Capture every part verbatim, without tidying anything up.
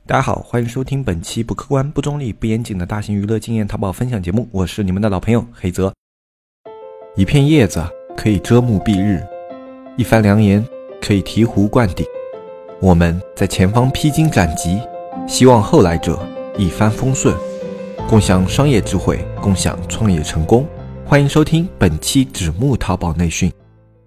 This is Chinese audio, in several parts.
大家好，欢迎收听本期不客观、不中立、不严谨的大型娱乐经验淘宝分享节目，我是你们的老朋友黑泽。一片叶子可以遮目蔽日，一番良言可以醍醐灌顶。我们在前方披荆斩棘，希望后来者一帆风顺，共享商业智慧，共享创业成功。欢迎收听本期纸木淘宝内训。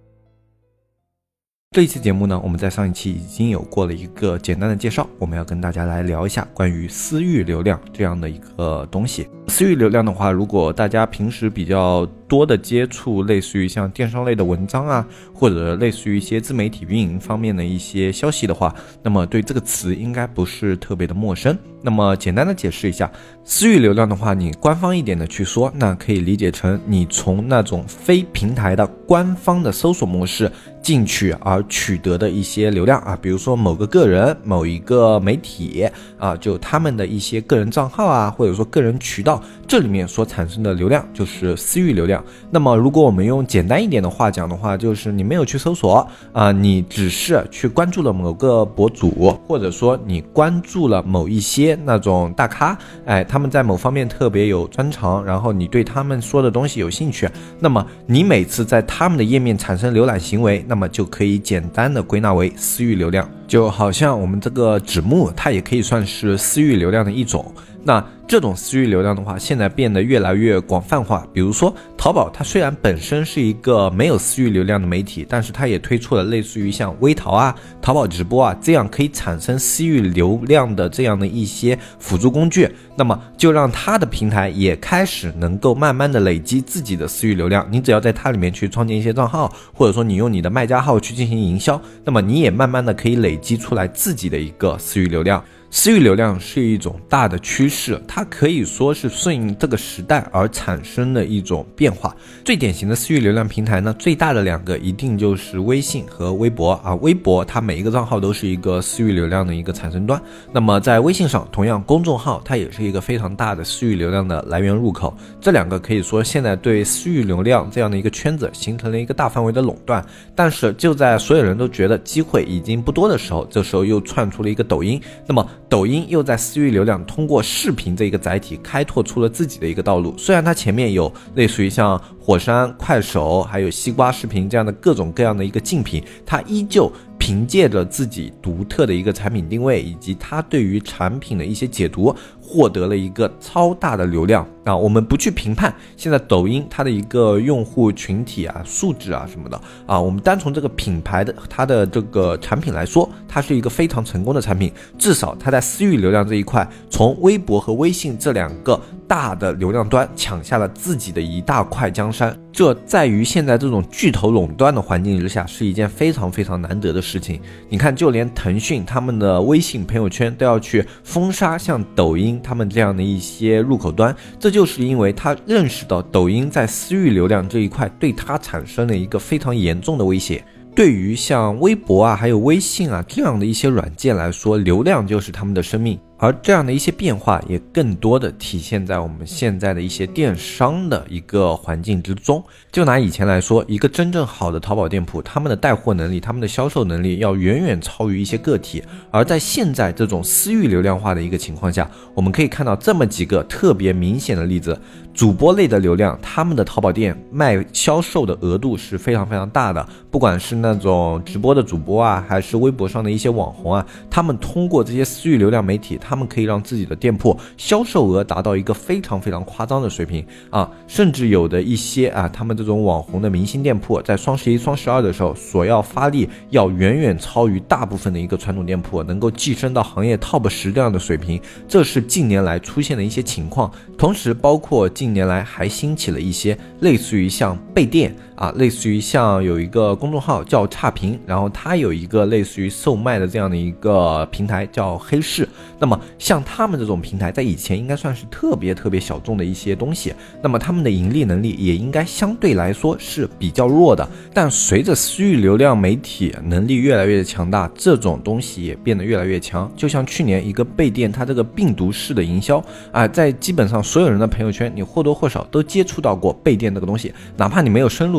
这一期节目呢，我们在上一期已经有过了一个简单的介绍，我们要跟大家来聊一下关于私域流量这样的一个东西。私域流量的话，如果大家平时比较多的接触类似于像电商类的文章啊，或者类似于一些自媒体运营方面的一些消息的话，那么对这个词应该不是特别的陌生。那么简单的解释一下，私域流量的话，你官方一点的去说，那可以理解成你从那种非平台的官方的搜索模式进去而取得的一些流量啊，比如说某个个人、某一个媒体啊，就他们的一些个人账号啊，或者说个人渠道，这里面所产生的流量就是私域流量。那么如果我们用简单一点的话讲的话，就是你没有去搜索啊，你只是去关注了某个博主，或者说你关注了某一些那种大咖，哎，他们在某方面特别有专长，然后你对他们说的东西有兴趣，那么你每次在他们的页面产生浏览行为，那么就可以简单的归纳为私域流量。就好像我们这个纸木，它也可以算是私域流量的一种。那这种私域流量的话，现在变得越来越广泛化。比如说淘宝，它虽然本身是一个没有私域流量的媒体，但是它也推出了类似于像微淘啊、淘宝直播啊这样可以产生私域流量的这样的一些辅助工具，那么就让它的平台也开始能够慢慢的累积自己的私域流量。你只要在它里面去创建一些账号，或者说你用你的卖家号去进行营销，那么你也慢慢的可以累积出来自己的一个私域流量。私域流量是一种大的趋势，它可以说是顺应这个时代而产生的一种变化。最典型的私域流量平台呢，最大的两个一定就是微信和微博啊。微博它每一个账号都是一个私域流量的一个产生端，那么在微信上同样公众号它也是一个非常大的私域流量的来源入口。这两个可以说现在对私域流量这样的一个圈子形成了一个大范围的垄断。但是就在所有人都觉得机会已经不多的时候，这时候又窜出了一个抖音，那么抖音又在私域流量通过视频这个载体开拓出了自己的一个道路。虽然它前面有类似于像火山、快手还有西瓜视频这样的各种各样的一个竞品，它依旧凭借着自己独特的一个产品定位以及它对于产品的一些解读，获得了一个超大的流量啊。我们不去评判现在抖音它的一个用户群体啊、素质啊什么的啊，我们单从这个品牌的它的这个产品来说，它是一个非常成功的产品。至少它在私域流量这一块，从微博和微信这两个大的流量端抢下了自己的一大块江山。这在于现在这种巨头垄断的环境之下，是一件非常非常难得的事情。你看，就连腾讯他们的微信朋友圈都要去封杀像抖音他们这样的一些入口端，这就是因为他认识到抖音在私域流量这一块对他产生了一个非常严重的威胁。对于像微博啊还有微信啊这样的一些软件来说，流量就是他们的生命。而这样的一些变化也更多的体现在我们现在的一些电商的一个环境之中。就拿以前来说，一个真正好的淘宝店铺，他们的带货能力、他们的销售能力要远远超于一些个体。而在现在这种私域流量化的一个情况下，我们可以看到这么几个特别明显的例子。主播类的流量，他们的淘宝店卖销售的额度是非常非常大的，不管是那种直播的主播啊，还是微博上的一些网红啊，他们通过这些私域流量媒体，他们可以让自己的店铺销售额达到一个非常非常夸张的水平啊，甚至有的一些啊，他们这种网红的明星店铺在双十一、双十二的时候所要发力要远远超于大部分的一个传统店铺，能够跻身到行业 top 十这样的水平，这是近年来出现的一些情况。同时包括近年来还兴起了一些类似于像备店啊，类似于像有一个公众号叫差评，然后它有一个类似于售卖的这样的一个平台叫黑市。那么像他们这种平台在以前应该算是特别特别小众的一些东西，那么他们的盈利能力也应该相对来说是比较弱的。但随着私域流量媒体能力越来越强大，这种东西也变得越来越强。就像去年一个备店，它这个病毒式的营销啊，在基本上所有人的朋友圈，你或多或少都接触到过备店这个东西，哪怕你没有深入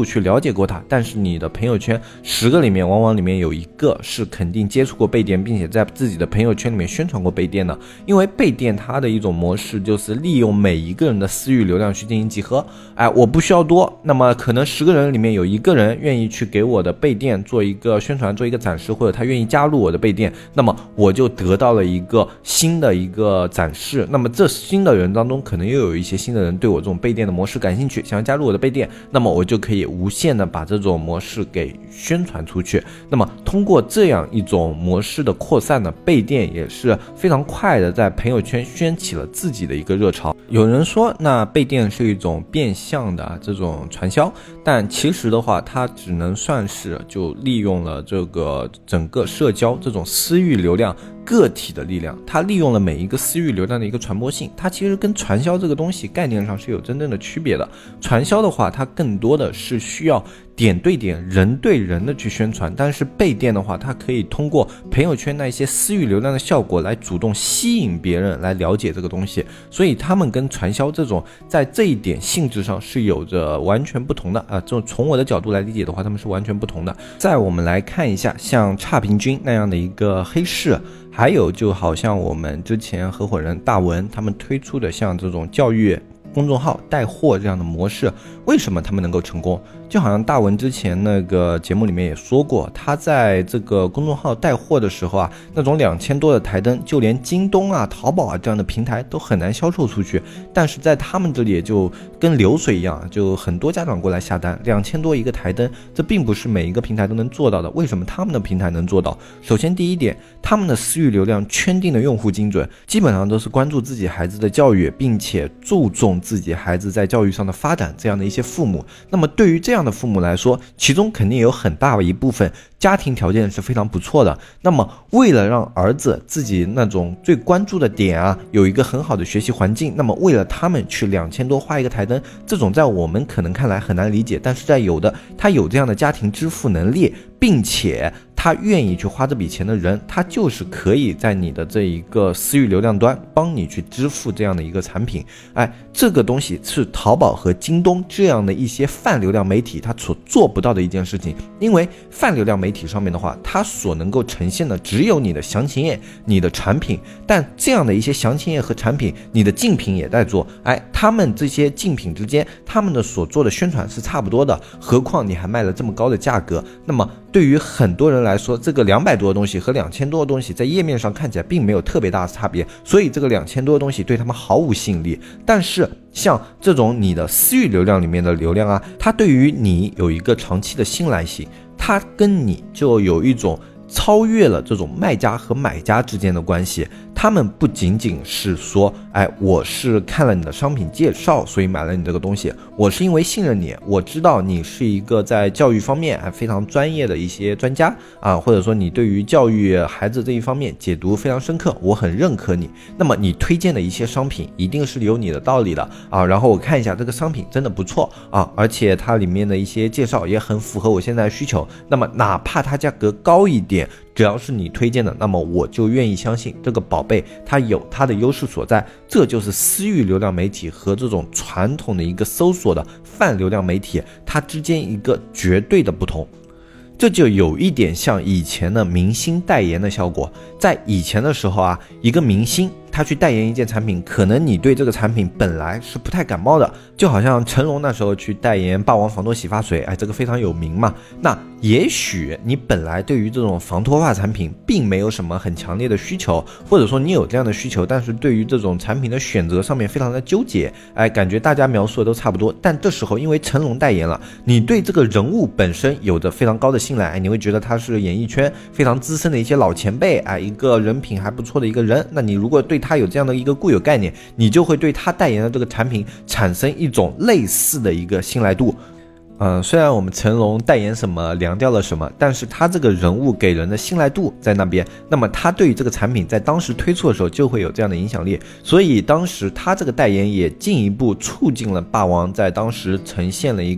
去了解过它，但是你的朋友圈十个里面往往里面有一个是肯定接触过备电，并且在自己的朋友圈里面宣传过备电的。因为备电它的一种模式就是利用每一个人的私域流量去进行集合，哎，我不需要多，那么可能十个人里面有一个人愿意去给我的备电做一个宣传，做一个展示，或者他愿意加入我的备电，那么我就得到了一个新的一个展示。那么这新的人当中可能又有一些新的人对我这种备电的模式感兴趣，想要加入我的备电，那么我就可以无限的把这种模式给宣传出去。那么通过这样一种模式的扩散呢，备电也是非常快的在朋友圈掀起了自己的一个热潮。有人说那备电是一种变相的这种传销，但其实的话它只能算是就利用了这个整个社交这种私域流量个体的力量，它利用了每一个私域流量的一个传播性，它其实跟传销这个东西概念上是有真正的区别的。传销的话它更多的是需要点对点人对人的去宣传，但是备电的话它可以通过朋友圈那些私域流量的效果来主动吸引别人来了解这个东西，所以他们跟传销这种在这一点性质上是有着完全不同的啊，这种从我的角度来理解的话他们是完全不同的。再我们来看一下像差评君那样的一个黑市，还有就好像我们之前合伙人大文他们推出的像这种教育公众号带货这样的模式，为什么他们能够成功？就好像大文之前那个节目里面也说过，他在这个公众号带货的时候啊，那种两千多的台灯，就连京东啊、淘宝啊这样的平台都很难销售出去，但是在他们这里也就跟流水一样，就很多家长过来下单，两千多一个台灯，这并不是每一个平台都能做到的。为什么他们的平台能做到？首先第一点，他们的私域流量圈定的用户精准，基本上都是关注自己孩子的教育，并且注重自己孩子在教育上的发展这样的一些父母。那么对于这样的父母来说，其中肯定有很大一部分家庭条件是非常不错的，那么为了让儿子自己那种最关注的点啊有一个很好的学习环境，那么为了他们去两千多花一个台灯，这种在我们可能看来很难理解，但是在有的他有这样的家庭支付能力，并且他愿意去花这笔钱的人，他就是可以在你的这一个私域流量端帮你去支付这样的一个产品。哎，这个东西是淘宝和京东这样的一些泛流量媒体它所做不到的一件事情，因为泛流量媒体上面的话，它所能够呈现的只有你的详情页、你的产品，但这样的一些详情页和产品，你的竞品也在做，哎，他们这些竞品之间，他们的所做的宣传是差不多的，何况你还卖了这么高的价格，那么对于很多人来说，这个两百多的东西和两千多的东西在页面上看起来并没有特别大的差别，所以这个两千多的东西对他们毫无吸引力。但是像这种你的私域流量里面的流量啊，它对于你有一个长期的信赖性，它跟你就有一种超越了这种卖家和买家之间的关系。他们不仅仅是说，哎，我是看了你的商品介绍所以买了你这个东西，我是因为信任你，我知道你是一个在教育方面非常专业的一些专家啊，或者说你对于教育孩子这一方面解读非常深刻，我很认可你，那么你推荐的一些商品一定是有你的道理的啊。然后我看一下这个商品真的不错啊，而且它里面的一些介绍也很符合我现在的需求，那么哪怕它价格高一点，只要是你推荐的，那么我就愿意相信这个宝贝它有它的优势所在。这就是私域流量媒体和这种传统的一个搜索的泛流量媒体它之间一个绝对的不同。这就有一点像以前的明星代言的效果。在以前的时候啊，一个明星他去代言一件产品，可能你对这个产品本来是不太感冒的，就好像成龙那时候去代言霸王防脱洗发水，哎，这个非常有名嘛。那也许你本来对于这种防脱发产品并没有什么很强烈的需求，或者说你有这样的需求，但是对于这种产品的选择上面非常的纠结，哎，感觉大家描述的都差不多。但这时候因为成龙代言了，你对这个人物本身有着非常高的信赖，哎，你会觉得他是演艺圈非常资深的一些老前辈，哎，一个人品还不错的一个人。那你如果对他有这样的一个固有概念，你就会对他代言的这个产品产生一种类似的一个信赖度。嗯，虽然我们成龙代言什么凉掉了什么，但是他这个人物给人的信赖度在那边，那么他对于这个产品在当时推出的时候就会有这样的影响力，所以当时他这个代言也进一步促进了霸王在当时呈现了一个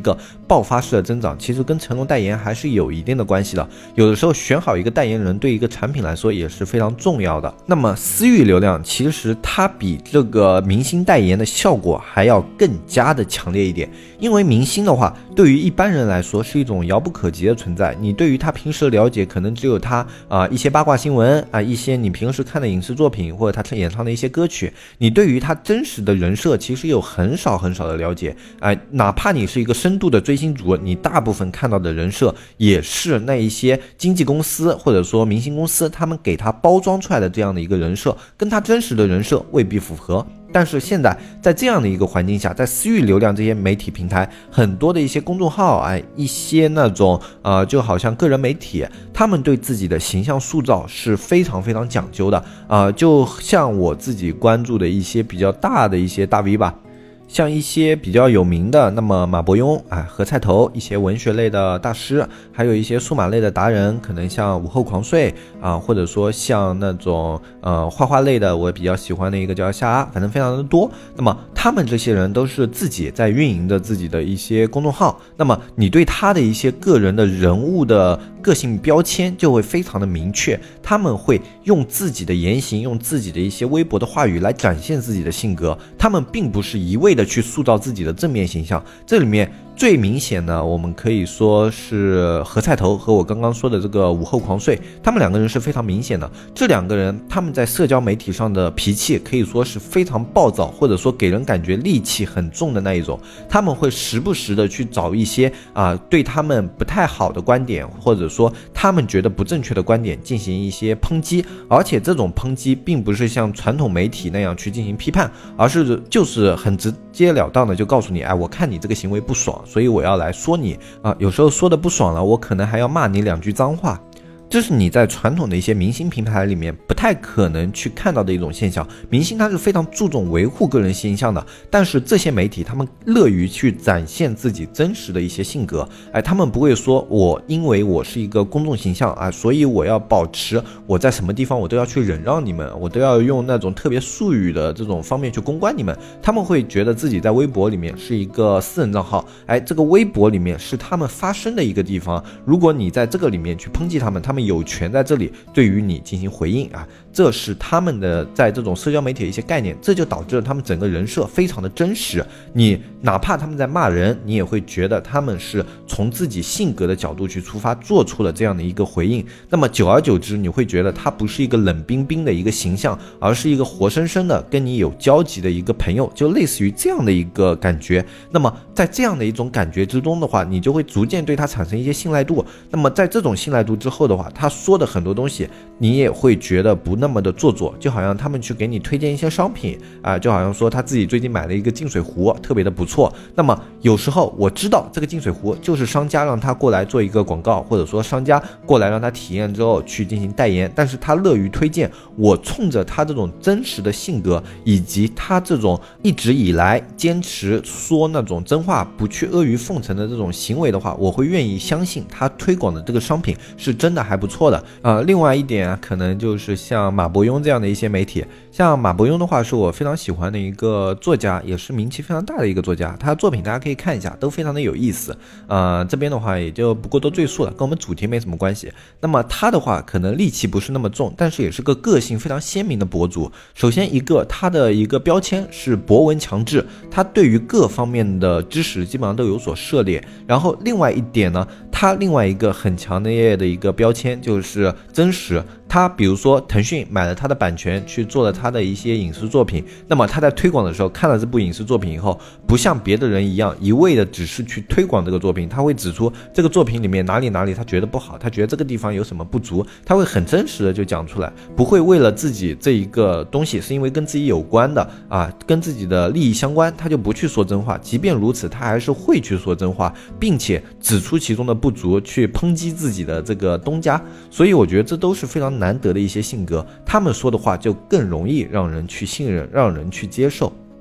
爆发式的增长，其实跟成龙代言还是有一定的关系的。有的时候选好一个代言人对一个产品来说也是非常重要的。那么私域流量其实它比这个明星代言的效果还要更加的强烈一点，因为明星的话对于一般人来说是一种遥不可及的存在，你对于他平时的了解可能只有他啊、呃、一些八卦新闻啊、呃、一些你平时看的影视作品或者他演唱的一些歌曲，你对于他真实的人设其实有很少很少的了解，哎、呃，哪怕你是一个深度的追星族，你大部分看到的人设也是那一些经纪公司或者说明星公司他们给他包装出来的这样的一个人设，跟他真实的人设未必符合。但是现在在这样的一个环境下，在私域流量这些媒体平台，很多的一些公众号，哎，一些那种呃，就好像个人媒体，他们对自己的形象塑造是非常非常讲究的啊、呃，就像我自己关注的一些比较大的一些大 V 吧。像一些比较有名的，那么马伯庸啊、何菜头，一些文学类的大师，还有一些数码类的达人，可能像午后狂睡啊，或者说像那种呃画画类的，我比较喜欢的一个叫夏阿，反正非常的多。那么他们这些人都是自己在运营的自己的一些公众号，那么你对他的一些个人的人物的个性标签就会非常的明确，他们会用自己的言行，用自己的一些微博的话语来展现自己的性格，他们并不是一味的去塑造自己的正面形象。这里面最明显的，我们可以说是何菜头和我刚刚说的这个午后狂睡，他们两个人是非常明显的。这两个人他们在社交媒体上的脾气可以说是非常暴躁，或者说给人感觉戾气很重的那一种，他们会时不时的去找一些啊、呃、对他们不太好的观点，或者说他们觉得不正确的观点进行一些抨击，而且这种抨击并不是像传统媒体那样去进行批判，而是就是很直截了当的就告诉你，哎，我看你这个行为不爽，所以我要来说你啊，有时候说的不爽了，我可能还要骂你两句脏话。这是你在传统的一些明星平台里面不太可能去看到的一种现象。明星他是非常注重维护个人形象的，但是这些媒体他们乐于去展现自己真实的一些性格，哎，他们不会说我因为我是一个公众形象啊，所以我要保持我在什么地方我都要去忍让你们，我都要用那种特别术语的这种方面去公关你们。他们会觉得自己在微博里面是一个私人账号，哎，这个微博里面是他们发声的一个地方，如果你在这个里面去抨击他们，他们有权在这里对于你进行回应啊，这是他们的在这种社交媒体的一些概念，这就导致了他们整个人设非常的真实。你哪怕他们在骂人，你也会觉得他们是从自己性格的角度去出发，做出了这样的一个回应。那么久而久之，你会觉得他不是一个冷冰冰的一个形象，而是一个活生生的跟你有交集的一个朋友，就类似于这样的一个感觉。那么在这样的一种感觉之中的话，你就会逐渐对他产生一些信赖度。那么在这种信赖度之后的话，他说的很多东西你也会觉得不那么的做作，就好像他们去给你推荐一些商品啊、呃，就好像说他自己最近买了一个净水壶，特别的不错。那么有时候我知道这个净水壶就是商家让他过来做一个广告，或者说商家过来让他体验之后去进行代言，但是他乐于推荐。我冲着他这种真实的性格，以及他这种一直以来坚持说那种真话，不去阿谀奉承的这种行为的话，我会愿意相信他推广的这个商品是真的还不错的。呃，另外一点啊，可能就是像马伯庸这样的一些媒体，像马伯庸的话是我非常喜欢的一个作家，也是名气非常大的一个作家，他的作品大家可以看一下，都非常的有意思。呃，这边的话也就不过多赘述了，跟我们主题没什么关系。那么他的话可能戾气不是那么重，但是也是个个性非常鲜明的博主。首先一个他的一个标签是博闻强志，他对于各方面的知识基本上都有所涉猎。然后另外一点呢，他另外一个很强烈的一个标签就是真实。他比如说腾讯买了他的版权去做了他的一些影视作品，那么他在推广的时候看了这部影视作品以后，不像别的人一样一味的只是去推广这个作品，他会指出这个作品里面哪里哪里他觉得不好，他觉得这个地方有什么不足，他会很真实的就讲出来，不会为了自己这一个东西是因为跟自己有关的啊，跟自己的利益相关，他就不去说真话。即便如此，他还是会去说真话，并且指出其中的不足，去抨击自己的这个东家。所以我觉得这都是非常难得的一些性格，他们说的话就更容易让人去信任，让人去接受。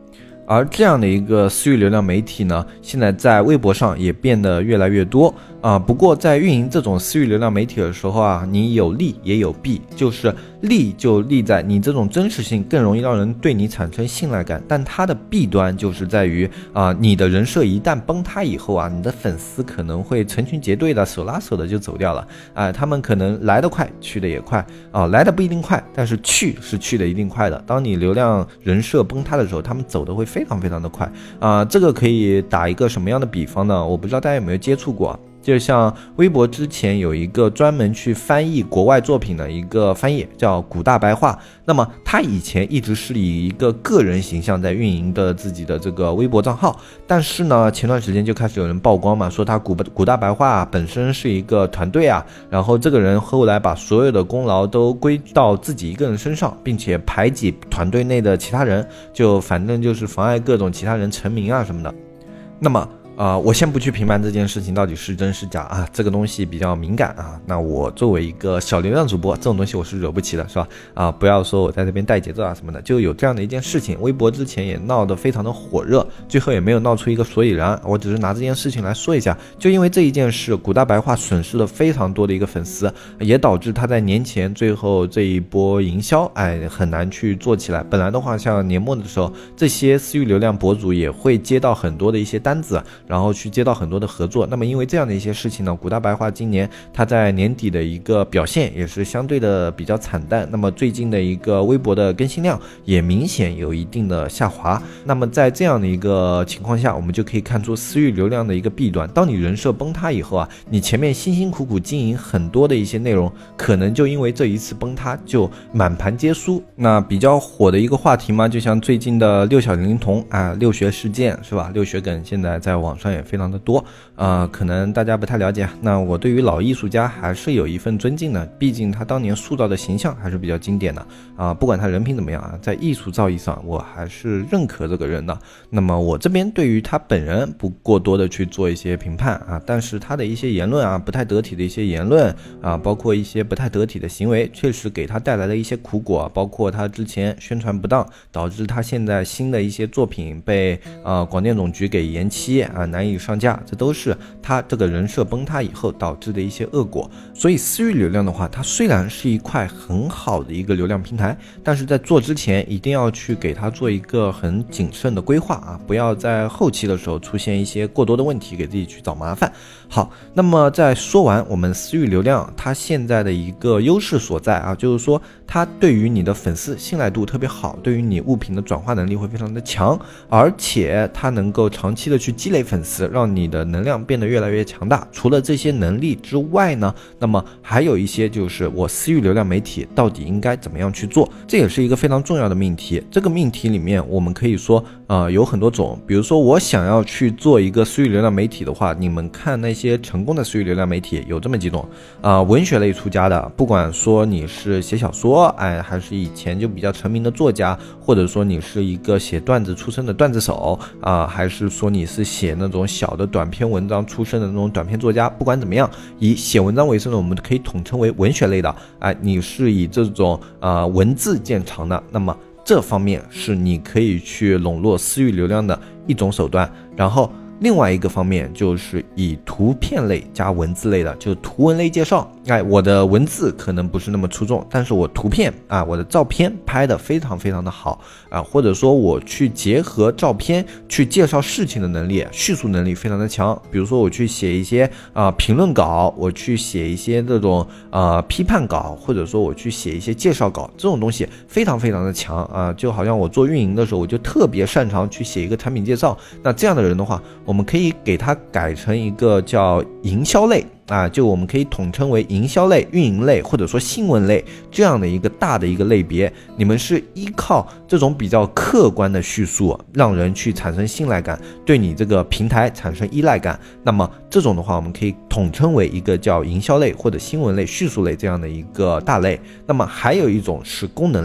而这样的一个私域流量媒体呢，现在在微博上也变得越来越多啊。不过在运营这种私域流量媒体的时候啊，你有利也有弊，就是利就利在你这种真实性更容易让人对你产生信赖感，但它的弊端就是在于啊，你的人设一旦崩塌以后啊，你的粉丝可能会成群结队的手拉手的就走掉了啊，他们可能来得快去得也快啊，来的不一定快，但是去是去的一定快的。当你流量人设崩塌的时候，他们走的会非常非常的快啊。这个可以打一个什么样的比方呢？我不知道大家有没有接触过，就像微博之前有一个专门去翻译国外作品的一个翻译叫古大白话，那么他以前一直是以一个个人形象在运营的自己的这个微博账号，但是呢前段时间就开始有人曝光嘛，说他古古大白话本身是一个团队啊，然后这个人后来把所有的功劳都归到自己一个人身上，并且排挤团队内的其他人，就反正就是妨碍各种其他人成名啊什么的。那么啊、呃，我先不去评判这件事情到底是真是假啊，这个东西比较敏感啊。那我作为一个小流量主播，这种东西我是惹不起的，是吧？啊，不要说我在这边带节奏啊什么的，就有这样的一件事情，微博之前也闹得非常的火热，最后也没有闹出一个所以然。我只是拿这件事情来说一下，就因为这一件事，古大白话损失了非常多的一个粉丝，也导致他在年前最后这一波营销，哎，很难去做起来。本来的话，像年末的时候，这些私域流量博主也会接到很多的一些单子。然后去接到很多的合作，那么因为这样的一些事情呢，古大白话今年他在年底的一个表现也是相对的比较惨淡，那么最近的一个微博的更新量也明显有一定的下滑。那么在这样的一个情况下，我们就可以看出私域流量的一个弊端，当你人设崩塌以后啊，你前面辛辛苦苦经营很多的一些内容，可能就因为这一次崩塌就满盘皆输。那比较火的一个话题嘛，就像最近的六小龄童啊，六学事件是吧？六学梗现在在网上也非常的多，呃，可能大家不太了解。那我对于老艺术家还是有一份尊敬的，毕竟他当年塑造的形象还是比较经典的啊、呃，不管他人品怎么样啊，在艺术造诣上我还是认可这个人的。那么我这边对于他本人不过多的去做一些评判啊，但是他的一些言论啊，不太得体的一些言论啊，包括一些不太得体的行为，确实给他带来了一些苦果，包括他之前宣传不当，导致他现在新的一些作品被呃广电总局给延期啊，难以上架，这都是他这个人设崩塌以后导致的一些恶果。所以私域流量的话，它虽然是一块很好的一个流量平台，但是在做之前一定要去给它做一个很谨慎的规划啊，不要在后期的时候出现一些过多的问题，给自己去找麻烦。好，那么在说完我们私域流量它现在的一个优势所在啊，就是说它对于你的粉丝信赖度特别好，对于你物品的转化能力会非常的强，而且它能够长期的去积累粉丝，让你的能量变得越来越强大。除了这些能力之外呢，那么还有一些就是我私域流量媒体到底应该怎么样去做，这也是一个非常重要的命题。这个命题里面我们可以说呃有很多种，比如说我想要去做一个私域流量媒体的话，你们看那些成功的私域流量媒体有这么几种啊、呃，文学类出家的，不管说你是写小说，哎，还是以前就比较成名的作家，或者说你是一个写段子出身的段子手啊、呃，还是说你是写那种小的短篇文章出身的那种短篇作家，不管怎么样，以写文章为生的，我们可以统称为文学类的。哎，你是以这种呃文字见长的，那么这方面是你可以去笼络私域流量的一种手段。然后另外一个方面就是以图片类加文字类的，就是图文类介绍。哎，我的文字可能不是那么出众，但是我图片啊，我的照片拍得非常非常的好啊，或者说我去结合照片去介绍事情的能力，叙述能力非常的强。比如说我去写一些啊、呃、评论稿，我去写一些这种呃批判稿，或者说我去写一些介绍稿，这种东西非常非常的强啊。就好像我做运营的时候，我就特别擅长去写一个产品介绍。那这样的人的话，我们可以给他改成一个叫营销类啊，就我们可以统称为营销类、运营类或者说新闻类这样的一个大的一个类别。你们是依靠这种比较客观的叙述，让人去产生信赖感，对你这个平台产生依赖感。那么这种的话，我们可以统称为一个叫营销类或者新闻类、叙述类这样的一个大类。那么还有一种是功能类。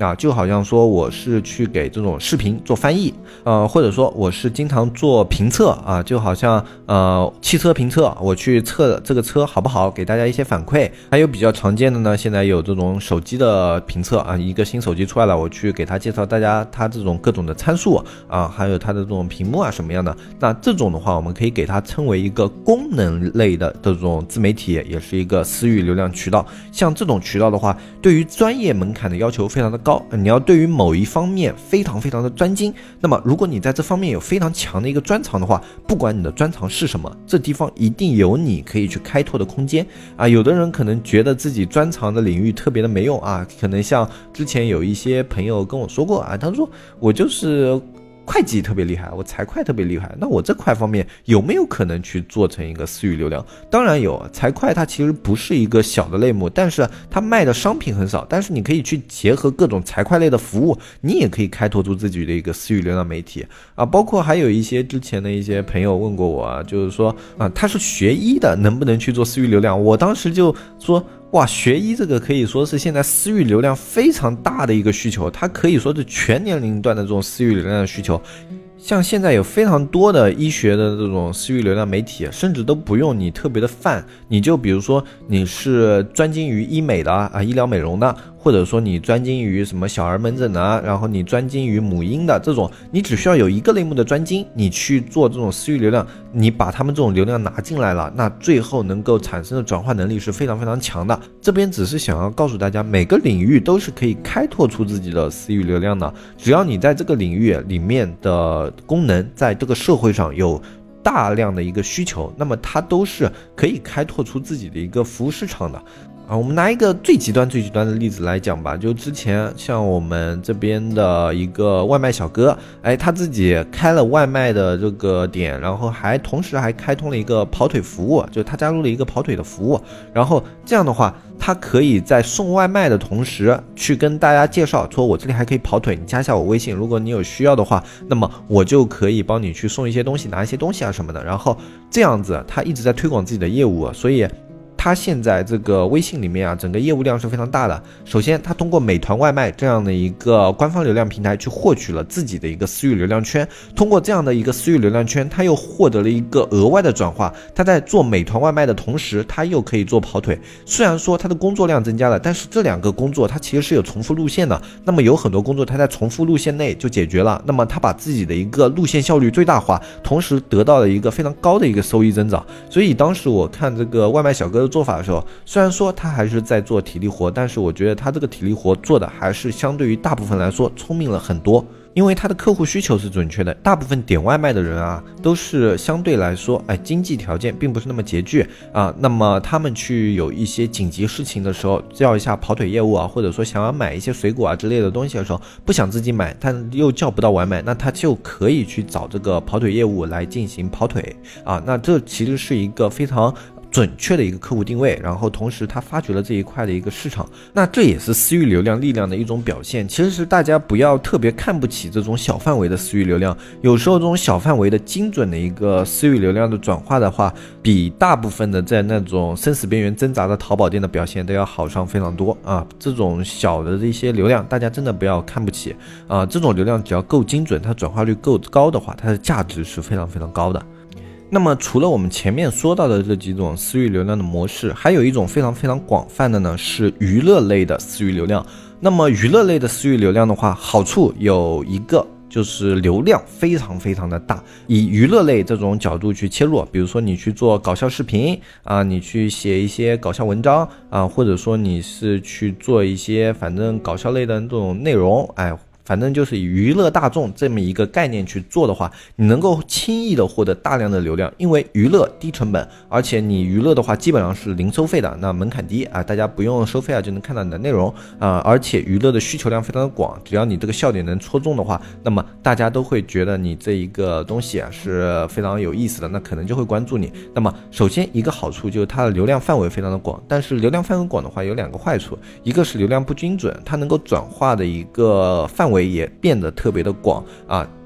啊，就好像说我是去给这种视频做翻译，呃，或者说我是经常做评测啊，就好像呃汽车评测，我去测这个车好不好，给大家一些反馈。还有比较常见的呢，现在有这种手机的评测啊，一个新手机出来了，我去给他介绍大家它这种各种的参数啊，还有它的这种屏幕啊什么样的。那这种的话，我们可以给它称为一个功能类的这种自媒体，也是一个私域流量渠道。像这种渠道的话，对于专业门槛的要求非常的高，你要对于某一方面非常非常的专精。那么如果你在这方面有非常强的一个专长的话，不管你的专长是什么，这地方一定有你可以去开拓的空间啊。有的人可能觉得自己专长的领域特别的没用啊，可能像之前有一些朋友跟我说过啊，他说我就是会计特别厉害，我财会特别厉害，那我这块方面有没有可能去做成一个私域流量？当然有，财会它其实不是一个小的类目，但是它卖的商品很少，但是你可以去结合各种财会类的服务，你也可以开拓出自己的一个私域流量媒体啊。包括还有一些之前的一些朋友问过我啊，就是说啊，他是学医的，能不能去做私域流量？我当时就说，哇，学医这个可以说是现在私域流量非常大的一个需求，它可以说是全年龄段的这种私域流量的需求。像现在有非常多的医学的这种私域流量媒体，甚至都不用你特别的泛，你就比如说你是专精于医美的啊，医疗美容的，或者说你专精于什么小儿门诊啊，然后你专精于母婴的这种，你只需要有一个类目的专精，你去做这种私域流量，你把他们这种流量拿进来了，那最后能够产生的转化能力是非常非常强的。这边只是想要告诉大家，每个领域都是可以开拓出自己的私域流量的，只要你在这个领域里面的功能在这个社会上有大量的一个需求，那么它都是可以开拓出自己的一个服务市场的啊。我们拿一个最极端最极端的例子来讲吧，就之前像我们这边的一个外卖小哥，哎，他自己开了外卖的这个点，然后还同时还开通了一个跑腿服务，就他加入了一个跑腿的服务，然后这样的话，他可以在送外卖的同时去跟大家介绍说，我这里还可以跑腿，你加一下我微信，如果你有需要的话，那么我就可以帮你去送一些东西，拿一些东西啊什么的。然后这样子他一直在推广自己的业务，所以他现在这个微信里面啊，整个业务量是非常大的。首先他通过美团外卖这样的一个官方流量平台去获取了自己的一个私域流量圈，通过这样的一个私域流量圈，他又获得了一个额外的转化。他在做美团外卖的同时，他又可以做跑腿，虽然说他的工作量增加了，但是这两个工作他其实是有重复路线的，那么有很多工作他在重复路线内就解决了，那么他把自己的一个路线效率最大化，同时得到了一个非常高的一个收益增长。所以当时我看这个外卖小哥的做法的时候，虽然说他还是在做体力活，但是我觉得他这个体力活做的还是相对于大部分来说聪明了很多，因为他的客户需求是准确的。大部分点外卖的人啊，都是相对来说，哎，经济条件并不是那么拮据啊。那么他们去有一些紧急事情的时候，叫一下跑腿业务啊，或者说想要买一些水果啊之类的东西的时候，不想自己买，但又叫不到外卖，那他就可以去找这个跑腿业务来进行跑腿啊。那这其实是一个非常准确的一个客户定位，然后同时他发掘了这一块的一个市场，那这也是私域流量力量的一种表现。其实是大家不要特别看不起这种小范围的私域流量，有时候这种小范围的精准的一个私域流量的转化的话，比大部分的在那种生死边缘挣扎的淘宝店的表现都要好上非常多啊。这种小的一些流量大家真的不要看不起啊，这种流量只要够精准，它转化率够高的话，它的价值是非常非常高的。那么除了我们前面说到的这几种私域流量的模式，还有一种非常非常广泛的呢，是娱乐类的私域流量。那么娱乐类的私域流量的话，好处有一个，就是流量非常非常的大。以娱乐类这种角度去切入，比如说你去做搞笑视频啊，你去写一些搞笑文章啊，或者说你是去做一些反正搞笑类的这种内容，哎，反正就是以娱乐大众这么一个概念去做的话，你能够轻易的获得大量的流量，因为娱乐低成本，而且你娱乐的话基本上是零收费的，那门槛低啊，大家不用收费啊就能看到你的内容啊，而且娱乐的需求量非常的广，只要你这个笑点能戳中的话，那么大家都会觉得你这一个东西啊是非常有意思的，那可能就会关注你。那么首先一个好处就是它的流量范围非常的广，但是流量范围广的话有两个坏处，一个是流量不精准，它能够转化的一个范围也变得特别的广啊。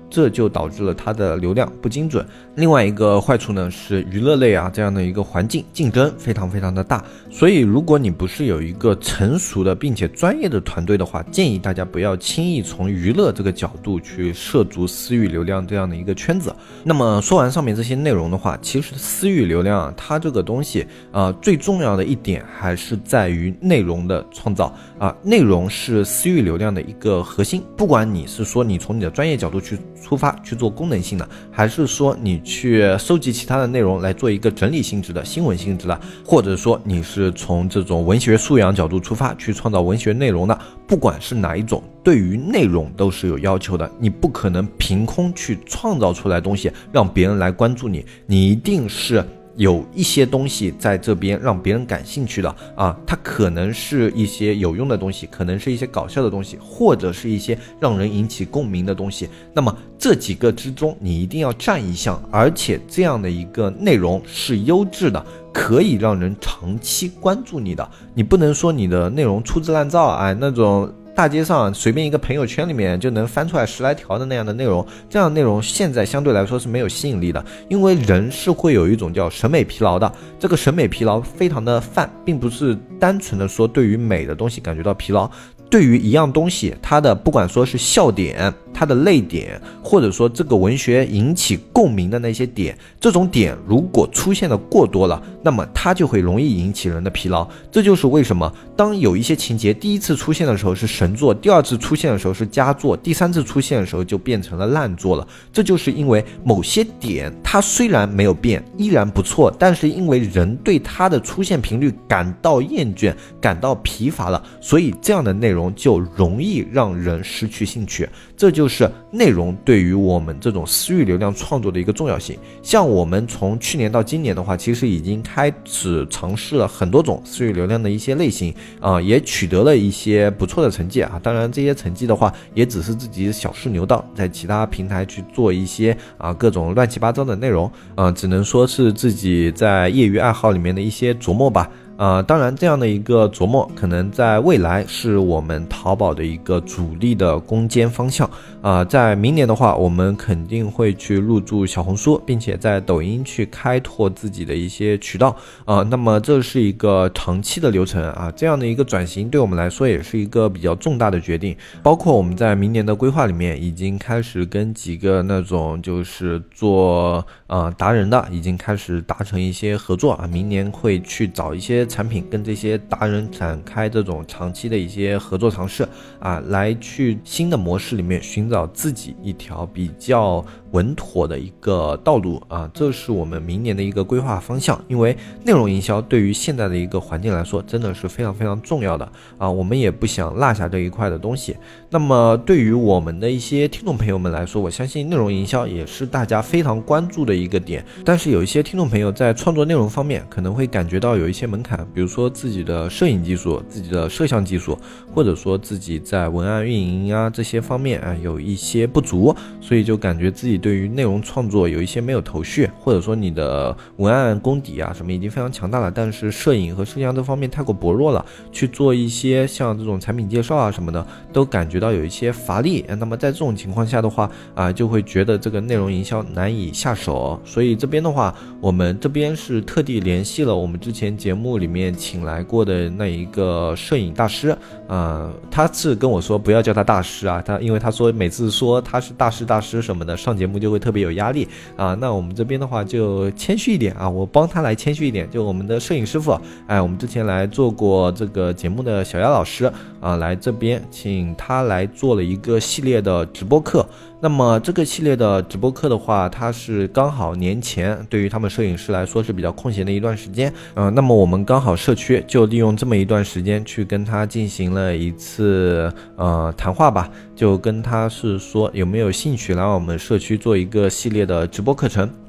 这就导致了它的流量不精准。另外一个坏处呢是娱乐类啊这样的一个环境竞争非常非常的大，所以如果你不是有一个成熟的并且专业的团队的话，建议大家不要轻易从娱乐这个角度去涉足私域流量这样的一个圈子。那么说完上面这些内容的话，其实私域流量啊，它这个东西呃最重要的一点还是在于内容的创造啊、呃，内容是私域流量的一个核心。不管你是说你从你的专业角度去出发去做功能性的，还是说你去收集其他的内容来做一个整理性质的新闻性质的，或者说你是从这种文学素养角度出发去创造文学内容的，不管是哪一种，对于内容都是有要求的。你不可能凭空去创造出来东西让别人来关注你，你一定是有一些东西在这边让别人感兴趣的啊，它可能是一些有用的东西，可能是一些搞笑的东西，或者是一些让人引起共鸣的东西。那么这几个之中你一定要占一项，而且这样的一个内容是优质的，可以让人长期关注你的。你不能说你的内容粗制滥造，哎，那种大街上随便一个朋友圈里面就能翻出来十来条的那样的内容，这样的内容现在相对来说是没有吸引力的，因为人是会有一种叫审美疲劳的，这个审美疲劳非常的泛，并不是单纯的说对于美的东西感觉到疲劳，对于一样东西它的不管说是笑点，它的泪点，或者说这个文学引起共鸣的那些点，这种点如果出现的过多了，那么它就会容易引起人的疲劳。这就是为什么当有一些情节第一次出现的时候是神作，第二次出现的时候是佳作，第三次出现的时候就变成了烂作了。这就是因为某些点它虽然没有变，依然不错，但是因为人对它的出现频率感到厌倦，感到疲乏了，所以这样的内容就容易让人失去兴趣。这就是内容对于我们这种私域流量创作的一个重要性。像我们从去年到今年的话，其实已经开始尝试了很多种私域流量的一些类型啊、呃，也取得了一些不错的成绩啊。当然这些成绩的话也只是自己小试牛刀，在其他平台去做一些啊各种乱七八糟的内容啊、呃，只能说是自己在业余爱好里面的一些琢磨吧。呃，当然这样的一个琢磨可能在未来是我们淘宝的一个主力的攻坚方向啊、呃，在明年的话我们肯定会去入驻小红书，并且在抖音去开拓自己的一些渠道啊、呃，那么这是一个长期的流程啊，这样的一个转型对我们来说也是一个比较重大的决定。包括我们在明年的规划里面已经开始跟几个那种就是做呃达人的已经开始达成一些合作啊，明年会去找一些产品跟这些达人展开这种长期的一些合作尝试啊，来去新的模式里面寻找自己一条比较稳妥的一个道路啊，这是我们明年的一个规划方向。因为内容营销对于现在的一个环境来说真的是非常非常重要的啊，我们也不想落下这一块的东西。那么对于我们的一些听众朋友们来说，我相信内容营销也是大家非常关注的一个点，但是有一些听众朋友在创作内容方面可能会感觉到有一些门槛，比如说自己的摄影技术、自己的摄像技术，或者说自己在文案运营啊这些方面啊有一些不足，所以就感觉自己对于内容创作有一些没有头绪，或者说你的文案功底啊什么已经非常强大了，但是摄影和摄像这方面太过薄弱了，去做一些像这种产品介绍啊什么的都感觉到有一些乏力。那么在这种情况下的话啊，就会觉得这个内容营销难以下手。所以这边的话，我们这边是特地联系了我们之前节目里面请来过的那一个摄影大师，呃，他是跟我说不要叫他大师啊，他因为他说每次说他是大师大师什么的，上节目就会特别有压力啊。那我们这边的话就谦虚一点啊，我帮他来谦虚一点，就我们的摄影师傅，哎，我们之前来做过这个节目的小姚老师啊，来这边请他来做了一个系列的直播课。那么这个系列的直播课的话，它是刚好年前对于他们摄影师来说是比较空闲的一段时间，呃，那么我们刚好社区就利用这么一段时间去跟他进行了一次呃谈话吧，就跟他是说有没有兴趣来我们社区做一个系列的直播课程。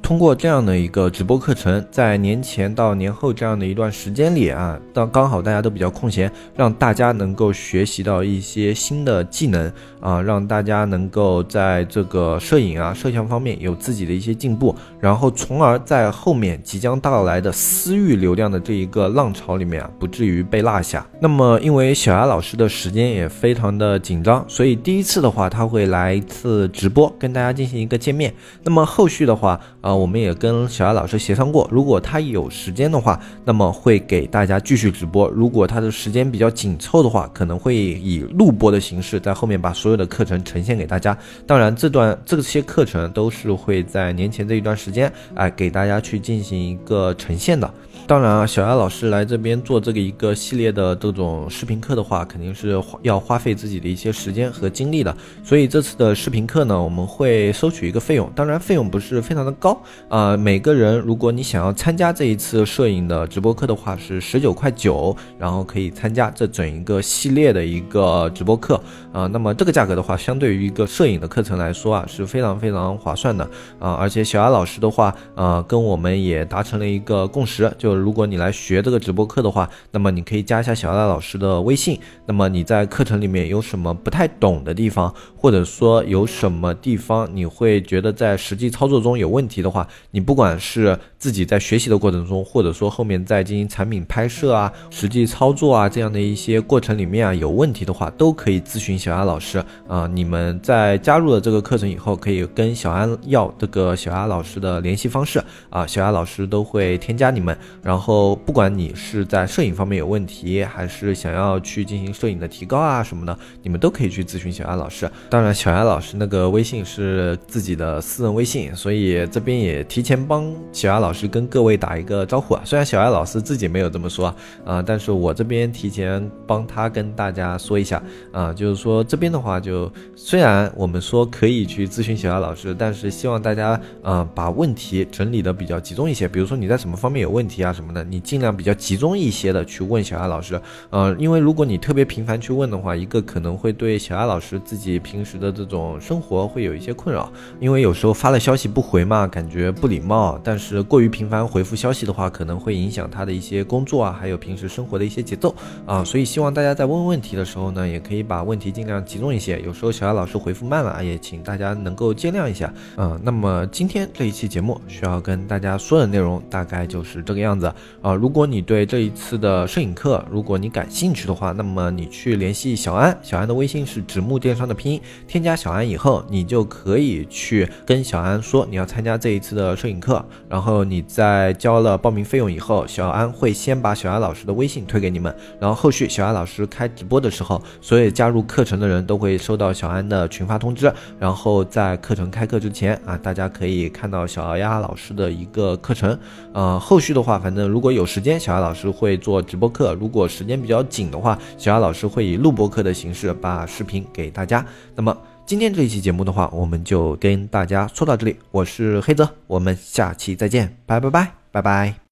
通过这样的一个直播课程，在年前到年后这样的一段时间里啊，当刚好大家都比较空闲，让大家能够学习到一些新的技能啊，让大家能够在这个摄影啊、摄像方面有自己的一些进步，然后从而在后面即将到来的私域流量的这一个浪潮里面啊，不至于被落下。那么因为小牙老师的时间也非常的紧张，所以第一次的话他会来一次直播跟大家进行一个见面。那么后续的话啊、呃，我们也跟小牙老师协商过，如果他有时间的话，那么会给大家继续直播，如果他的时间比较紧凑的话，可能会以录播的形式在后面把所有的课程呈现给大家。当然这段这些课程都是会在年前这一段时间哎、呃、给大家去进行一个呈现的。当然啊，小牙老师来这边做这个一个系列的这种视频课的话，肯定是要花费自己的一些时间和精力的，所以这次的视频课呢，我们会收取一个费用，当然费用不是非常的高啊、呃，每个人如果你想要参加这一次摄影的直播课的话是十九块九，然后可以参加这整一个系列的一个直播课啊、呃，那么这个价格的话，相对于一个摄影的课程来说啊，是非常非常划算的啊、呃，而且小牙老师的话，呃，跟我们也达成了一个共识，就如果你来学这个直播课的话，那么你可以加一下小牙老师的微信，那么你在课程里面有什么不太懂的地方，或者说有什么地方你会觉得在实际操作中有问题的话，你不管是自己在学习的过程中，或者说后面在进行产品拍摄啊、实际操作啊这样的一些过程里面啊有问题的话，都可以咨询小牙老师啊、呃。你们在加入了这个课程以后，可以跟小安要这个小牙老师的联系方式啊，小牙老师都会添加你们。然后不管你是在摄影方面有问题，还是想要去进行摄影的提高啊什么的，你们都可以去咨询小牙老师。当然小牙老师那个微信是自己的私人微信，所以这边也提前帮小牙老师跟各位打一个招呼啊。虽然小牙老师自己没有这么说啊、呃，但是我这边提前帮他跟大家说一下啊、呃，就是说这边的话就虽然我们说可以去咨询小牙老师，但是希望大家呃把问题整理的比较集中一些，比如说你在什么方面有问题啊什么的，你尽量比较集中一些的去问小牙老师，呃，因为如果你特别频繁去问的话，一个可能会对小牙老师自己平时的这种生活会有一些困扰，因为有时候发了消息不回嘛，感觉不礼貌，但是过于频繁回复消息的话，可能会影响他的一些工作啊，还有平时生活的一些节奏啊，所以希望大家在问问题的时候呢，也可以把问题尽量集中一些，有时候小牙老师回复慢了，也请大家能够见谅一下。嗯，那么今天这一期节目需要跟大家说的内容大概就是这个样子啊。如果你对这一次的摄影课，如果你感兴趣的话，那么你去联系小安，小安的微信是纸木电商的拼音，添加小安以后，你就可以去跟小安说你要参加这一次的摄影课，然后你在交了报名费用以后，小安会先把小安老师的微信推给你们，然后后续小安老师开直播的时候，所有加入课程的人都会收到小安的群发通知，然后在课程开课之前啊，大家可以看到小牙老师的一个课程。呃，后续的话，反正如果有时间，小牙老师会做直播课；如果时间比较紧的话，小牙老师会以录播课的形式把视频给大家。那么今天这一期节目的话，我们就跟大家说到这里，我是黑泽，我们下期再见，拜拜拜拜拜拜。